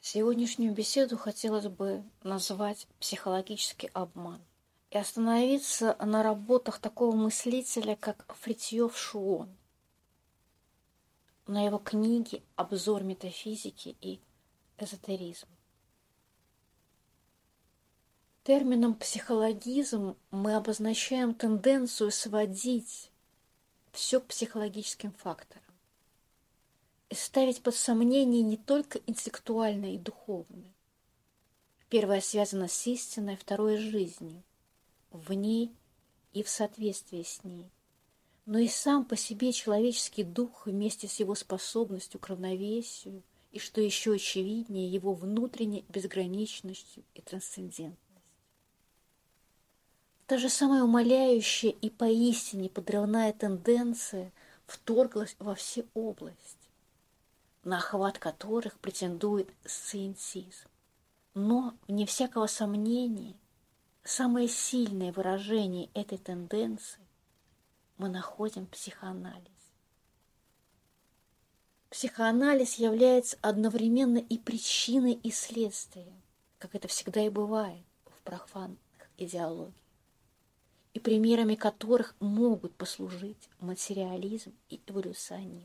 Сегодняшнюю беседу хотелось бы назвать «Психологический обман» и остановиться на работах такого мыслителя, как Фритьёф Шуон, на его книге «Обзор метафизики и эзотеризм». Термином «психологизм» мы обозначаем тенденцию сводить все к психологическим факторам и ставить под сомнение не только интеллектуальное и духовное. Первое связано с истиной, второе – с жизнью, в ней и в соответствии с ней. Но и сам по себе человеческий дух вместе с его способностью к равновесию и, что еще очевиднее, его внутренней безграничностью и трансцендентностью. Та же самая умаляющая и поистине подрывная тенденция вторглась во все области, на охват которых претендует сциентизм. Но, вне всякого сомнения, самое сильное выражение этой тенденции мы находим в психоанализе. Психоанализ является одновременно и причиной, и следствием, как это всегда и бывает в профанных идеологиях, и примерами которых могут послужить материализм и эволюционизм.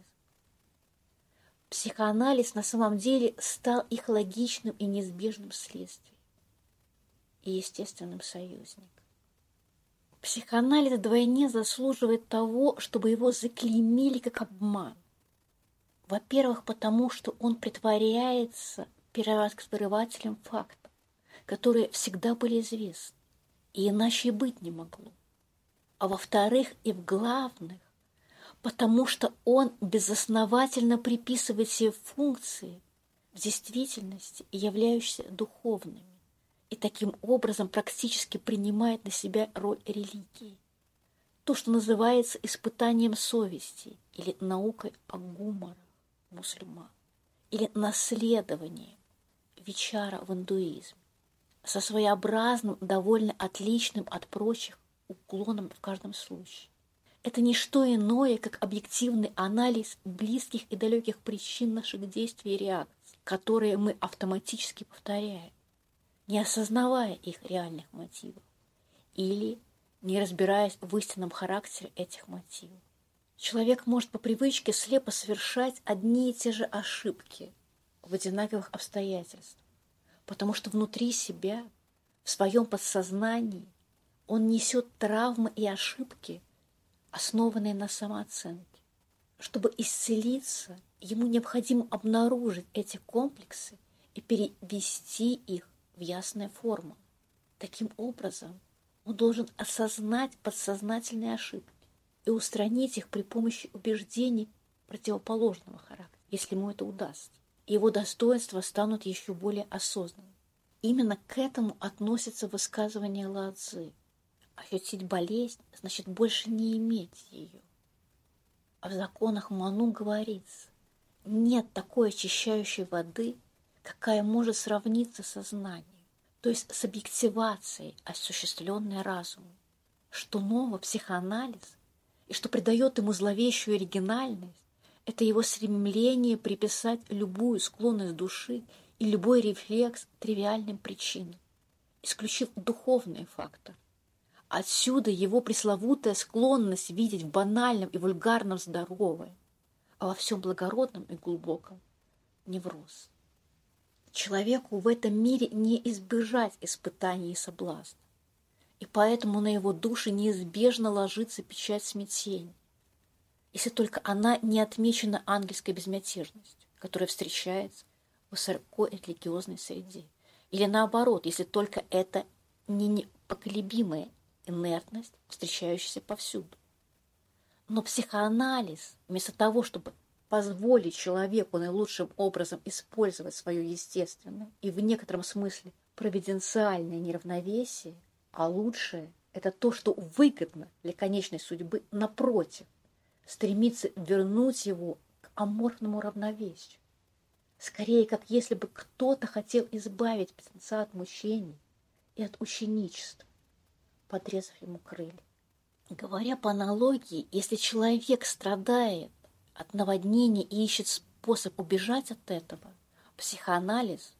Психоанализ на самом деле стал их логичным и неизбежным следствием и естественным союзником. Психоанализ вдвойне заслуживает того, чтобы его заклеймили как обман. Во-первых, потому что он притворяется первооткрывателем фактов, которые всегда были известны, и иначе и быть не могло. А во-вторых, и в главных, потому что он безосновательно приписывает себе функции, в действительности являющиеся духовными, и таким образом практически принимает на себя роль религии. То, что называется испытанием совести или наукой о гуморах мусульман, или наследованием вичара в индуизме, со своеобразным, довольно отличным от прочих уклоном в каждом случае. Это не что иное, как объективный анализ близких и далеких причин наших действий и реакций, которые мы автоматически повторяем, не осознавая их реальных мотивов или не разбираясь в истинном характере этих мотивов. Человек может по привычке слепо совершать одни и те же ошибки в одинаковых обстоятельствах, потому что внутри себя, в своем подсознании, он несет травмы и ошибки, основанные на самооценке. Чтобы исцелиться, ему необходимо обнаружить эти комплексы и перевести их в ясную форму. Таким образом, он должен осознать подсознательные ошибки и устранить их при помощи убеждений противоположного характера, если ему это удастся. И его достоинства станут еще более осознанными. Именно к этому относится высказывание Лао Цзы. Ощутить болезнь значит больше не иметь ее. А в законах Ману говорится: нет такой очищающей воды, какая может сравниться со знанием, то есть с объективацией, осуществленной разумом. Что ново психоанализ, и что придает ему зловещую оригинальность, это его стремление приписать любую склонность души и любой рефлекс тривиальным причинам, исключив духовный фактор. Отсюда его пресловутая склонность видеть в банальном и вульгарном здоровое, а во всем благородном и глубоком невроз. Человеку в этом мире не избежать испытаний и соблазна, и поэтому на его душе неизбежно ложится печать смятения, если только она не отмечена ангельской безмятежностью, которая встречается в высокорелигиозной среде, или наоборот, если только это не непоколебимая инертность, встречающаяся повсюду. Но психоанализ, вместо того, чтобы позволить человеку наилучшим образом использовать свое естественное и в некотором смысле провиденциальное неравновесие, а лучшее – это то, что выгодно для конечной судьбы, напротив, стремится вернуть его к аморфному равновесию. Скорее, как если бы кто-то хотел избавить птенца от мучений и от ученичества, подрезав ему крылья. Говоря по аналогии, если человек страдает от наводнения и ищет способ убежать от этого, психоанализ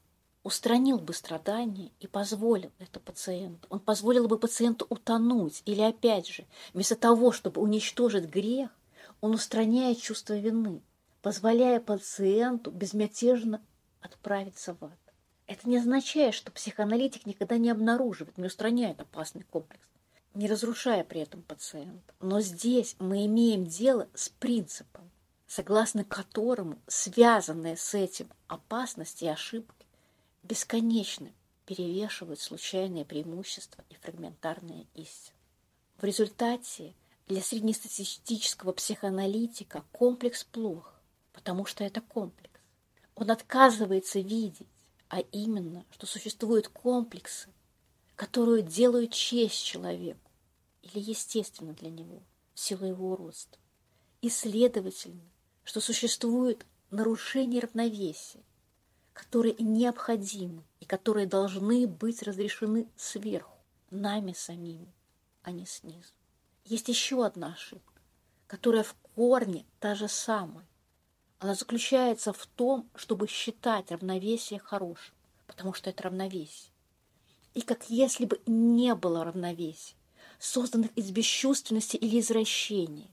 устранил бы страдания и позволил это пациенту. Он позволил бы пациенту утонуть. Или, опять же, вместо того, чтобы уничтожить грех, он устраняет чувство вины, позволяя пациенту безмятежно отправиться в ад. Это не означает, что психоаналитик никогда не обнаруживает, не устраняет опасный комплекс, не разрушая при этом пациента. Но здесь мы имеем дело с принципом, согласно которому связанные с этим опасности и ошибки бесконечно перевешивают случайные преимущества и фрагментарные истины. В результате для среднестатистического психоаналитика комплекс плох, потому что это комплекс. Он отказывается видеть, а именно, что существуют комплексы, которые делают честь человеку или естественно для него в силу его уродства. И, следовательно, что существует нарушение равновесия, которые необходимы и которые должны быть разрешены сверху, нами самими, а не снизу. Есть еще одна ошибка, которая в корне та же самая. Она заключается в том, чтобы считать равновесие хорошим, потому что это равновесие. И как если бы не было равновесия, созданных из бесчувственности или извращения.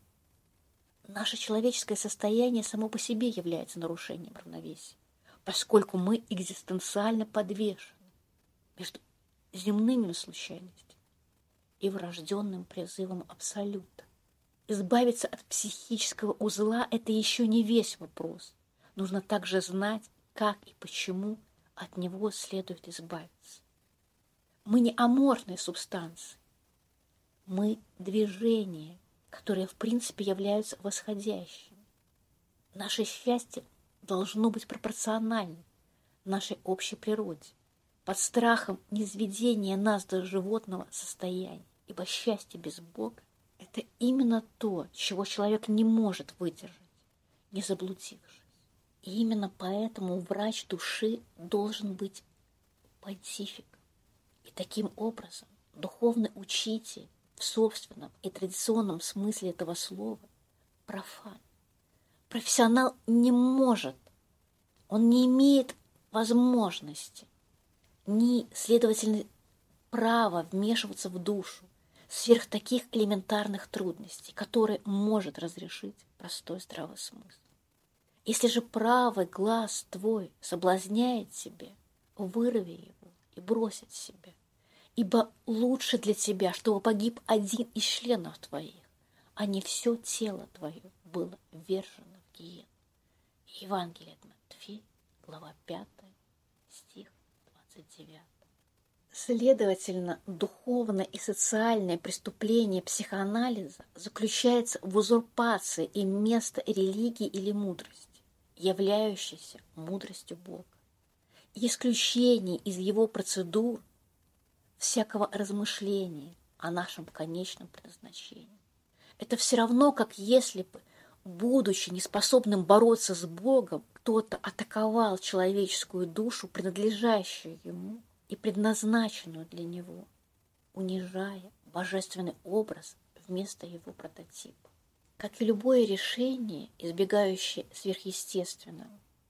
Наше человеческое состояние само по себе является нарушением равновесия, поскольку мы экзистенциально подвешены между земными случайностями и врожденным призывом Абсолюта. Избавиться от психического узла – это еще не весь вопрос. Нужно также знать, как и почему от него следует избавиться. Мы не аморфные субстанции. Мы движения, которые в принципе являются восходящими. Наше счастье должно быть пропорционально нашей общей природе, под страхом низведения нас до животного состояния, ибо счастье без Бога – это именно то, чего человек не может выдержать, не заблудившись. И именно поэтому врач души должен быть понтификом. И таким образом духовный учитель в собственном и традиционном смысле этого слова профан. Профессионал не может, он не имеет возможности, ни, следовательно, права вмешиваться в душу сверх таких элементарных трудностей, которые может разрешить простой здравый смысл. Если же правый глаз твой соблазняет тебя, вырви его и брось от себя, ибо лучше для тебя, чтобы погиб один из членов твоих, а не все тело твое было ввержено в гиену. Евангелие от Матфея, глава 5, стих 29. Следовательно, духовное и социальное преступление психоанализа заключается в узурпации им места религии или мудрости, являющейся мудростью Бога, и исключение из его процедур всякого размышления о нашем конечном предназначении. Это все равно, как если бы, будучи неспособным бороться с Богом, кто-то атаковал человеческую душу, принадлежащую ему и предназначенную для него, унижая божественный образ вместо его прототипа. Как и любое решение, избегающее сверхъестественного,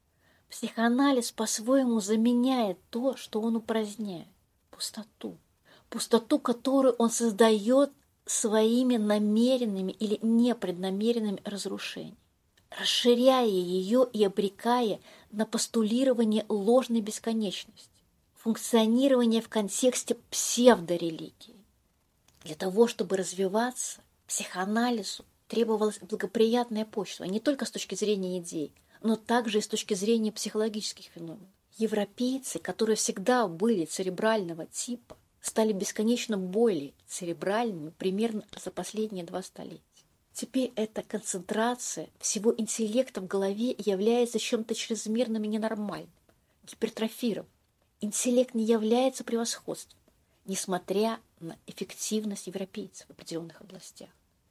психоанализ по-своему заменяет то, что он упраздняет – пустоту. Пустоту, которую он создает своими намеренными или непреднамеренными разрушениями, расширяя ее и обрекая на постулирование ложной бесконечности, функционирование в контексте псевдорелигии. Для того, чтобы развиваться, психоанализу требовалась благоприятная почва, не только с точки зрения идей, но также и с точки зрения психологических феноменов. Европейцы, которые всегда были церебрального типа, стали бесконечно более церебральными примерно за последние 2 столетия. Теперь эта концентрация всего интеллекта в голове является чем-то чрезмерным и ненормальным, гипертрофированным. Интеллект не является превосходством, несмотря на эффективность европейцев в определенных областях.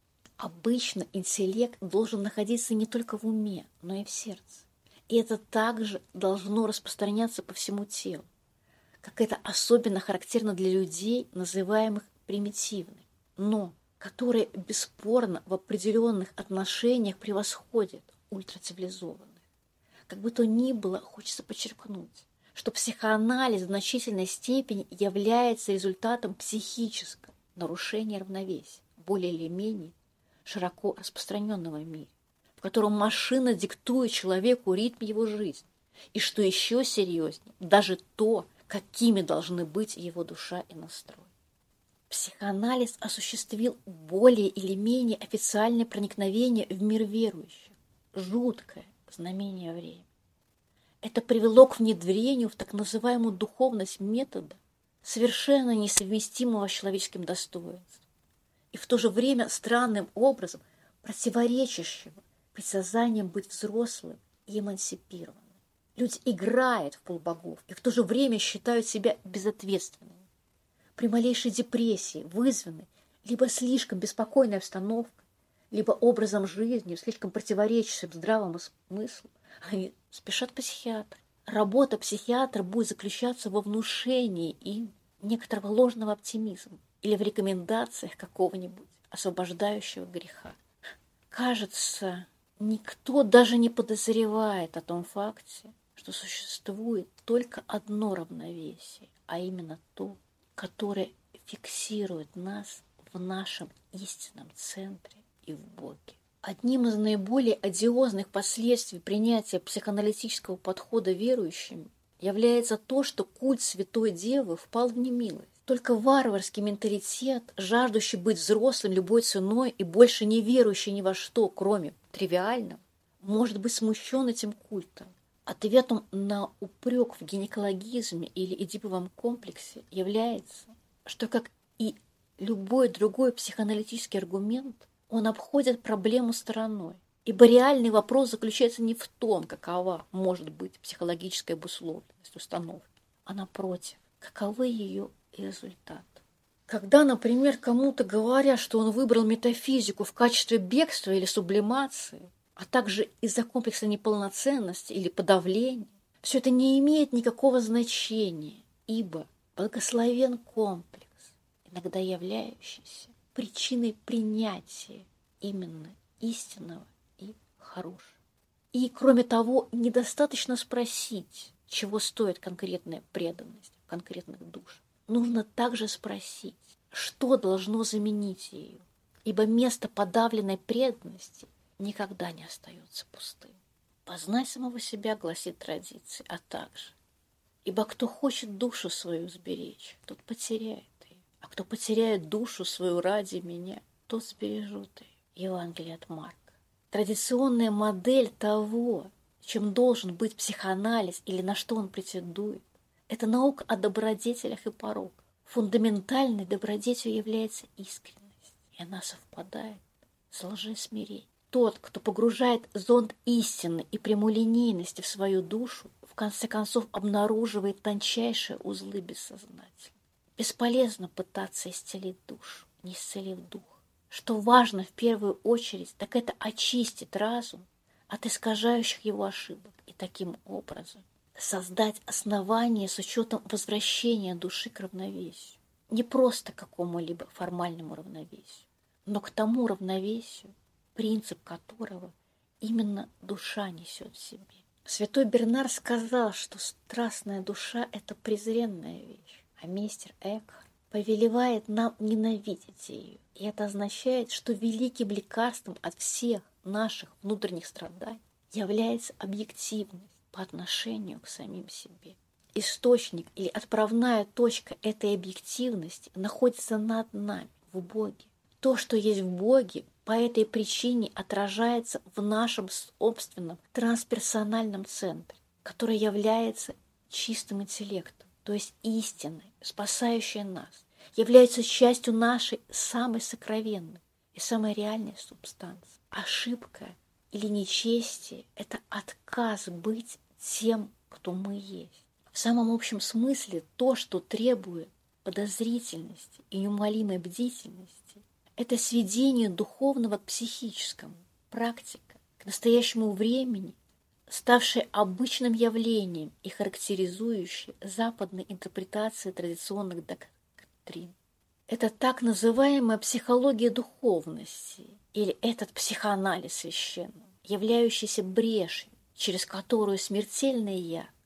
Обычно интеллект должен находиться не только в уме, но и в сердце. И это также должно распространяться по всему телу, как это особенно характерно для людей, называемых примитивными, но которые бесспорно в определенных отношениях превосходят ультрацивилизованные. Как бы то ни было, хочется подчеркнуть, что психоанализ в значительной степени является результатом психического нарушения равновесия, более или менее широко распространенного в мире, в котором машина диктует человеку ритм его жизни, и, что еще серьезнее, даже то, какими должны быть его душа и настрой. Психоанализ осуществил более или менее официальное проникновение в мир верующих, жуткое знамение времени. Это привело к внедрению в так называемую духовность метода, совершенно несовместимого с человеческим достоинством, и в то же время странным образом противоречащего притязаниям быть взрослым и эмансипированным. Люди играют в полбогов и в то же время считают себя безответственными. При малейшей депрессии, вызванной либо слишком беспокойной обстановкой, либо образом жизни, слишком противоречащим здравому смыслу, они спешат к психиатру. Работа психиатра будет заключаться во внушении им некоторого ложного оптимизма или в рекомендациях какого-нибудь освобождающего греха. Кажется, никто даже не подозревает о том факте, что существует только одно равновесие, а именно то, которое фиксирует нас в нашем истинном центре и в Боге. Одним из наиболее одиозных последствий принятия психоаналитического подхода верующими является то, что культ Святой Девы впал в немилость. Только варварский менталитет, жаждущий быть взрослым любой ценой и больше не верующий ни во что, кроме тривиального, может быть смущен этим культом. Ответом на упрек в гинекологизме или эдиповом комплексе является, что, как и любой другой психоаналитический аргумент, он обходит проблему стороной. Ибо реальный вопрос заключается не в том, какова может быть психологическая обусловленность установки, а напротив, каковы ее результаты. Когда, например, кому-то говорят, что он выбрал метафизику в качестве бегства или сублимации, а также из-за комплекса неполноценности или подавления, все это не имеет никакого значения, ибо благословен комплекс, иногда являющийся причиной принятия именно истинного и хорошего. И, кроме того, недостаточно спросить, чего стоит конкретная преданность в конкретных душах. Нужно также спросить, что должно заменить ее, ибо место подавленной преданности никогда не остается пустым. «Познай самого себя», гласит традиция, а также «ибо кто хочет душу свою сберечь, тот потеряет ее, а кто потеряет душу свою ради меня, тот сбережет ее». Евангелие от Марка. Традиционная модель того, чем должен быть психоанализ или на что он претендует, это наука о добродетелях и пороках. Фундаментальной добродетелью является искренность, и она совпадает с лжесмирением. Тот, кто погружает зонд истины и прямолинейности в свою душу, в конце концов обнаруживает тончайшие узлы бессознательного. Бесполезно пытаться исцелить душу, не исцелив дух. Что важно в первую очередь, так это очистить разум от искажающих его ошибок и таким образом создать основание с учетом возвращения души к равновесию. Не просто к какому-либо формальному равновесию, но к тому равновесию, принцип которого именно душа несет в себе. Святой Бернар сказал, что страстная душа – это презренная вещь, а мистер Экхарт повелевает нам ненавидеть ее. И это означает, что великим лекарством от всех наших внутренних страданий является объективность по отношению к самим себе. Источник или отправная точка этой объективности находится над нами, в Боге. То, что есть в Боге, по этой причине отражается в нашем собственном трансперсональном центре, который является чистым интеллектом, то есть истиной, спасающей нас, является частью нашей самой сокровенной и самой реальной субстанции. Ошибка или нечестие – это отказ быть тем, кто мы есть. В самом общем смысле то, что требует подозрительности и неумолимой бдительности, это сведение духовного к психическому, практика, к настоящему времени, ставшее обычным явлением и характеризующее западные интерпретации традиционных доктрин. Это так называемая психология духовности или этот психоанализ священного, являющийся брешью, через которую смертельное «я»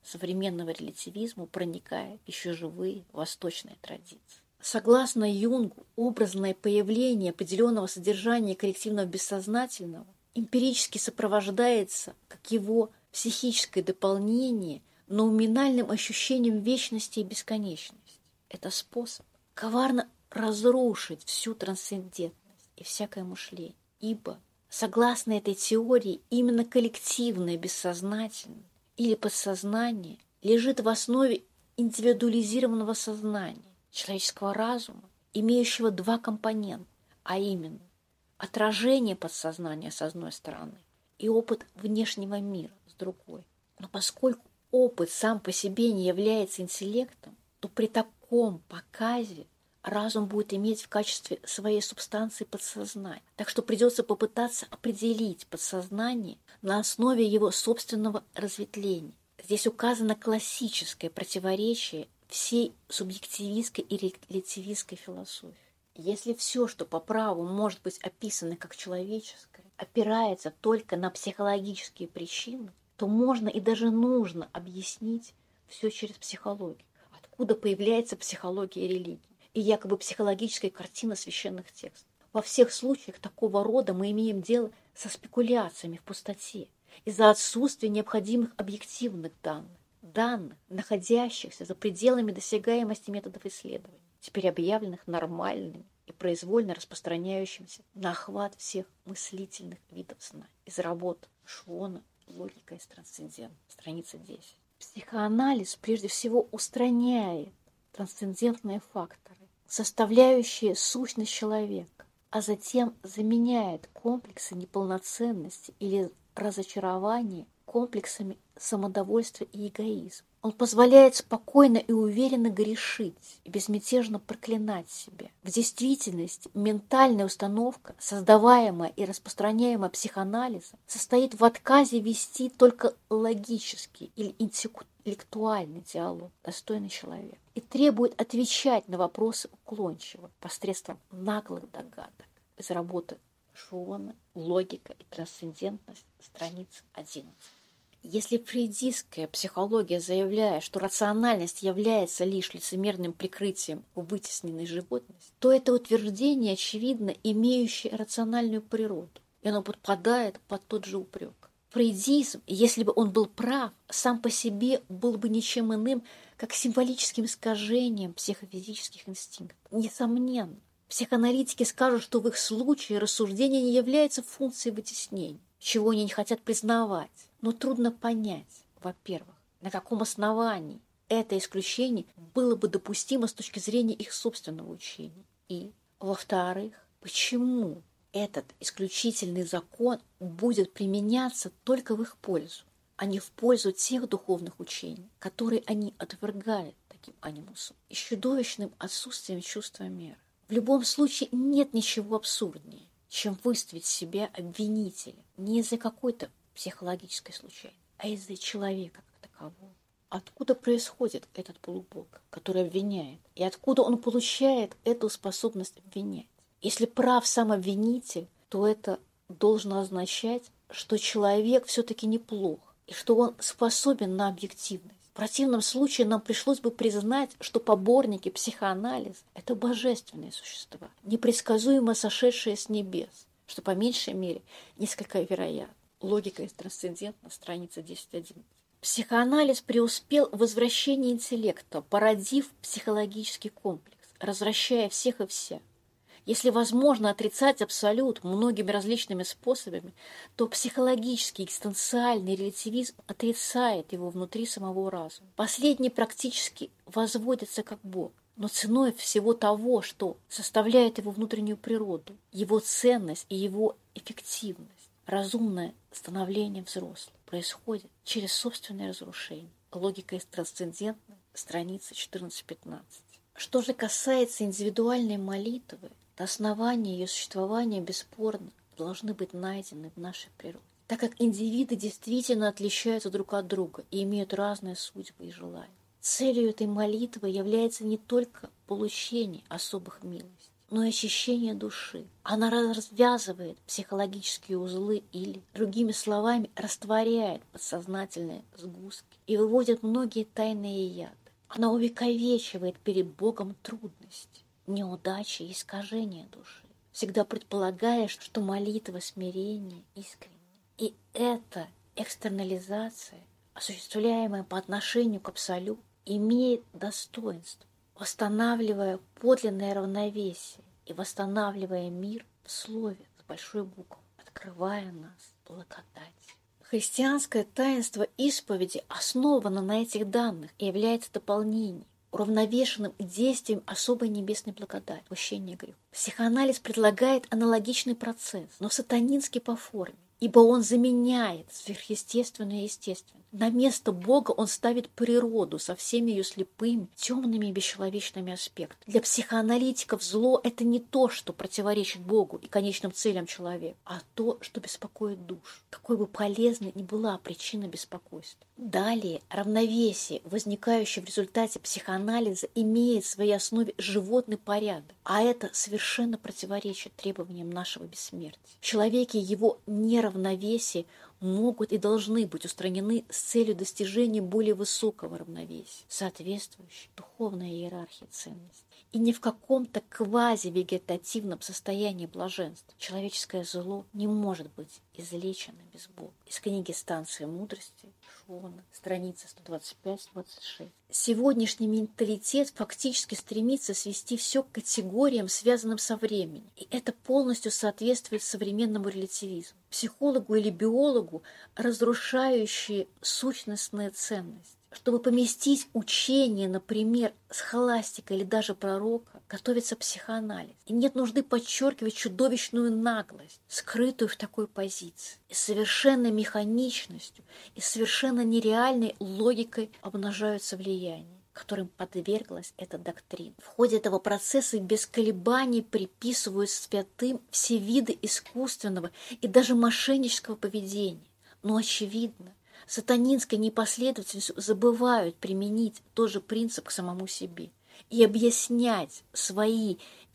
современного релятивизма проникает в еще живые восточные традиции. Согласно Юнгу, образное появление определенного содержания коллективного бессознательного эмпирически сопровождается, как его психическое дополнение, ноуминальным ощущением вечности и бесконечности. Это способ коварно разрушить всю трансцендентность и всякое мышление, ибо, согласно этой теории, именно коллективное бессознательное или подсознание лежит в основе индивидуализированного сознания, человеческого разума, имеющего два компонента, а именно отражение подсознания с одной стороны и опыт внешнего мира с другой. Но поскольку опыт сам по себе не является интеллектом, то при таком показе разум будет иметь в качестве своей субстанции подсознание. Так что придется попытаться определить подсознание на основе его собственного разветвления. Здесь указано классическое противоречие всей субъективистской и релятивистской философии. Если все, что по праву может быть описано как человеческое, опирается только на психологические причины, то можно и даже нужно объяснить все через психологию. Откуда появляется психология и религия и якобы психологическая картина священных текстов. Во всех случаях такого рода мы имеем дело со спекуляциями в пустоте из-за отсутствия необходимых объективных данных, находящихся за пределами досягаемости методов исследования, теперь объявленных нормальными и произвольно распространяющимися на охват всех мыслительных видов знаний. Из работ Швона «Логика из трансцендента», страница 10. Психоанализ прежде всего устраняет трансцендентные факторы, составляющие сущность человека, а затем заменяет комплексы неполноценности или разочарования комплексами самодовольства и эгоизма. Он позволяет спокойно и уверенно грешить и безмятежно проклинать себя. В действительности ментальная установка, создаваемая и распространяемая психоанализом, состоит в отказе вести только логический или интеллектуальный диалог, достойный человека, и требует отвечать на вопросы уклончиво посредством наглых догадок. Из работы Швона «Логика и трансцендентность», страница 11. Если фрейдистская психология заявляет, что рациональность является лишь лицемерным прикрытием вытесненной животности, то это утверждение, очевидно, имеющее рациональную природу, и оно подпадает под тот же упрек. Фрейдизм, если бы он был прав, сам по себе был бы ничем иным, как символическим искажением психофизических инстинктов. Несомненно, психоаналитики скажут, что в их случае рассуждение не является функцией вытеснения, чего они не хотят признавать. Но трудно понять, во-первых, на каком основании это исключение было бы допустимо с точки зрения их собственного учения. И, во-вторых, почему этот исключительный закон будет применяться только в их пользу, а не в пользу тех духовных учений, которые они отвергают таким анимусом и с чудовищным отсутствием чувства меры. В любом случае нет ничего абсурднее, чем выставить себя обвинителем не из-за какой-то психологической случайности, а из-за человека как такового. Откуда происходит этот полубог, который обвиняет, и откуда он получает эту способность обвинять? Если прав сам обвинитель, то это должно означать, что человек все-таки неплох, и что он способен на объективность. В противном случае нам пришлось бы признать, что поборники психоанализа – это божественные существа, непредсказуемо сошедшие с небес, что по меньшей мере несколько вероятно. Логика из трансцендента, страница 10.11. Психоанализ преуспел в возвращении интеллекта, породив психологический комплекс, развращая всех и вся. Если возможно отрицать абсолют многими различными способами, то психологический экзистенциальный релятивизм отрицает его внутри самого разума. Последний практически возводится как Бог, но ценой всего того, что составляет его внутреннюю природу, его ценность и его эффективность. Разумное становление взрослым происходит через собственное разрушение. Логика из трансцендентной, страница 14-15. Что же касается индивидуальной молитвы, то основания ее существования бесспорно должны быть найдены в нашей природе, так как индивиды действительно отличаются друг от друга и имеют разные судьбы и желания. Целью этой молитвы является не только получение особых милостей, но и очищение души. Она развязывает психологические узлы или, другими словами, растворяет подсознательные сгустки и выводит многие тайные яды. Она увековечивает перед Богом трудности, неудачи и искажения души, всегда предполагая, что молитва смирения искренняя. И эта экстернализация, осуществляемая по отношению к Абсолюту, имеет достоинство, восстанавливая подлинное равновесие и восстанавливая мир в слове с большой буквы, открывая нас благодати. Христианское таинство исповеди основано на этих данных и является дополнением, уравновешенным действием особой небесной благодати, отпущения грехов. Психоанализ предлагает аналогичный процесс, но сатанинский по форме, ибо он заменяет сверхъестественное и естественное. На место Бога он ставит природу со всеми ее слепыми, темными и бесчеловечными аспектами. Для психоаналитиков зло – это не то, что противоречит Богу и конечным целям человека, а то, что беспокоит душу, какой бы полезной ни была причина беспокойства. Далее, равновесие, возникающее в результате психоанализа, имеет в своей основе животный порядок, а это совершенно противоречит требованиям нашего бессмертия. В человеке его неравновесие могут и должны быть устранены с целью достижения более высокого равновесия, соответствующей духовной иерархии ценностей. И не в каком-то квази-вегетативном состоянии блаженства. Человеческое зло не может быть излечено без Бога. Из книги «Станция мудрости» Шуона, страница 125-126. Сегодняшний менталитет фактически стремится свести все к категориям, связанным со временем. И это полностью соответствует современному релятивизму. Психологу или биологу, разрушающие сущностные ценности. Чтобы поместить учение, например, схоластика или даже пророка, готовится психоанализ. И нет нужды подчеркивать чудовищную наглость, скрытую в такой позиции. И совершенно механичностью, и совершенно нереальной логикой обнажаются влияния, которым подверглась эта доктрина. В ходе этого процесса без колебаний приписывают святым все виды искусственного и даже мошеннического поведения. Но очевидно, сатанинской непоследовательностью забывают применить тот же принцип к самому себе и объяснять свои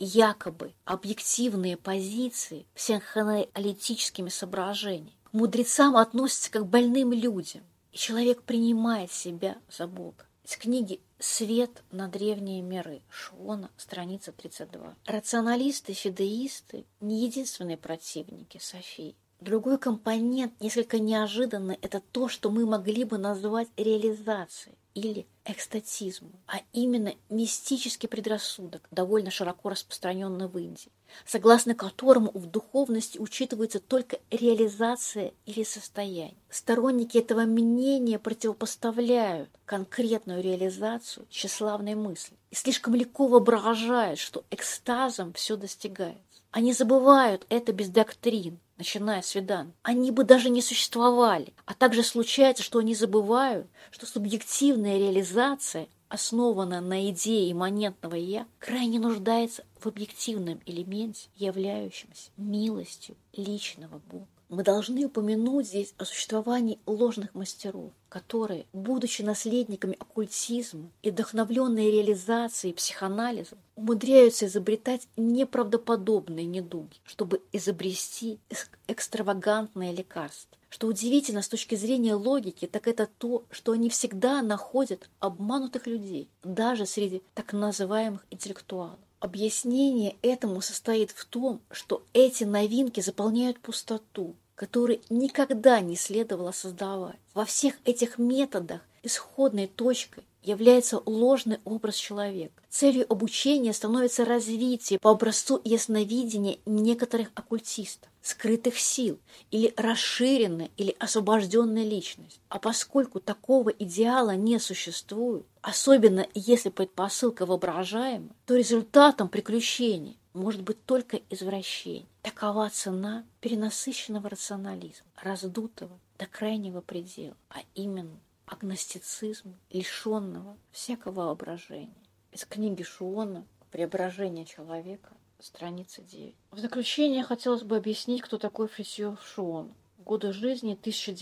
якобы объективные позиции психоаналитическими соображениями. К мудрецам относятся как к больным людям, и человек принимает себя за Бога. Из книги «Свет на древние миры» Шуона, страница 32. Рационалисты, фидеисты – не единственные противники Софии. Другой компонент, несколько неожиданный, это то, что мы могли бы назвать реализацией или экстатизмом, а именно мистический предрассудок, довольно широко распространенный в Индии, согласно которому в духовности учитывается только реализация или состояние. Сторонники этого мнения противопоставляют конкретную реализацию тщеславной мысли и слишком легко воображают, что экстазом все достигается. Они забывают это без доктрин, начиная с Веданты. Они бы даже не существовали. А также случается, что они забывают, что субъективная реализация, основанная на идее имманентного «я», крайне нуждается в объективном элементе, являющемся милостью личного Бога. Мы должны упомянуть здесь о существовании ложных мастеров, которые, будучи наследниками оккультизма и вдохновленные реализацией психоанализа, умудряются изобретать неправдоподобные недуги, чтобы изобрести экстравагантное лекарство. Что удивительно с точки зрения логики, так это то, что они всегда находят обманутых людей, даже среди так называемых интеллектуалов. Объяснение этому состоит в том, что эти новинки заполняют пустоту, которую никогда не следовало создавать. Во всех этих методах исходной точкой является ложный образ человека. Целью обучения становится развитие по образцу ясновидения некоторых оккультистов, скрытых сил или расширенная или освобожденная личность. А поскольку такого идеала не существует, особенно если предпосылка воображаема, то результатом приключений может быть только извращение. Такова цена перенасыщенного рационализма, раздутого до крайнего предела, а именно агностицизма, лишенного всякого воображения. Из книги Шуона «Преображение человека», страница 9. В заключение хотелось бы объяснить, кто такой Фритьёф Шуон. Годы жизни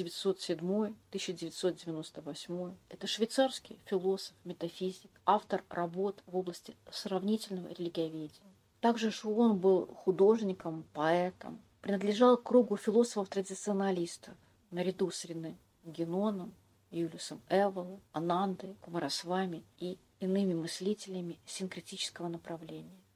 1907-1998. Это швейцарский философ, метафизик, автор работ в области сравнительного религиоведения. Также же он был художником, поэтом, принадлежал к кругу философов-традиционалистов, наряду с Рене Геноном, Юлиусом Эволом, Анандой, Кумарасвами и иными мыслителями синкретического направления.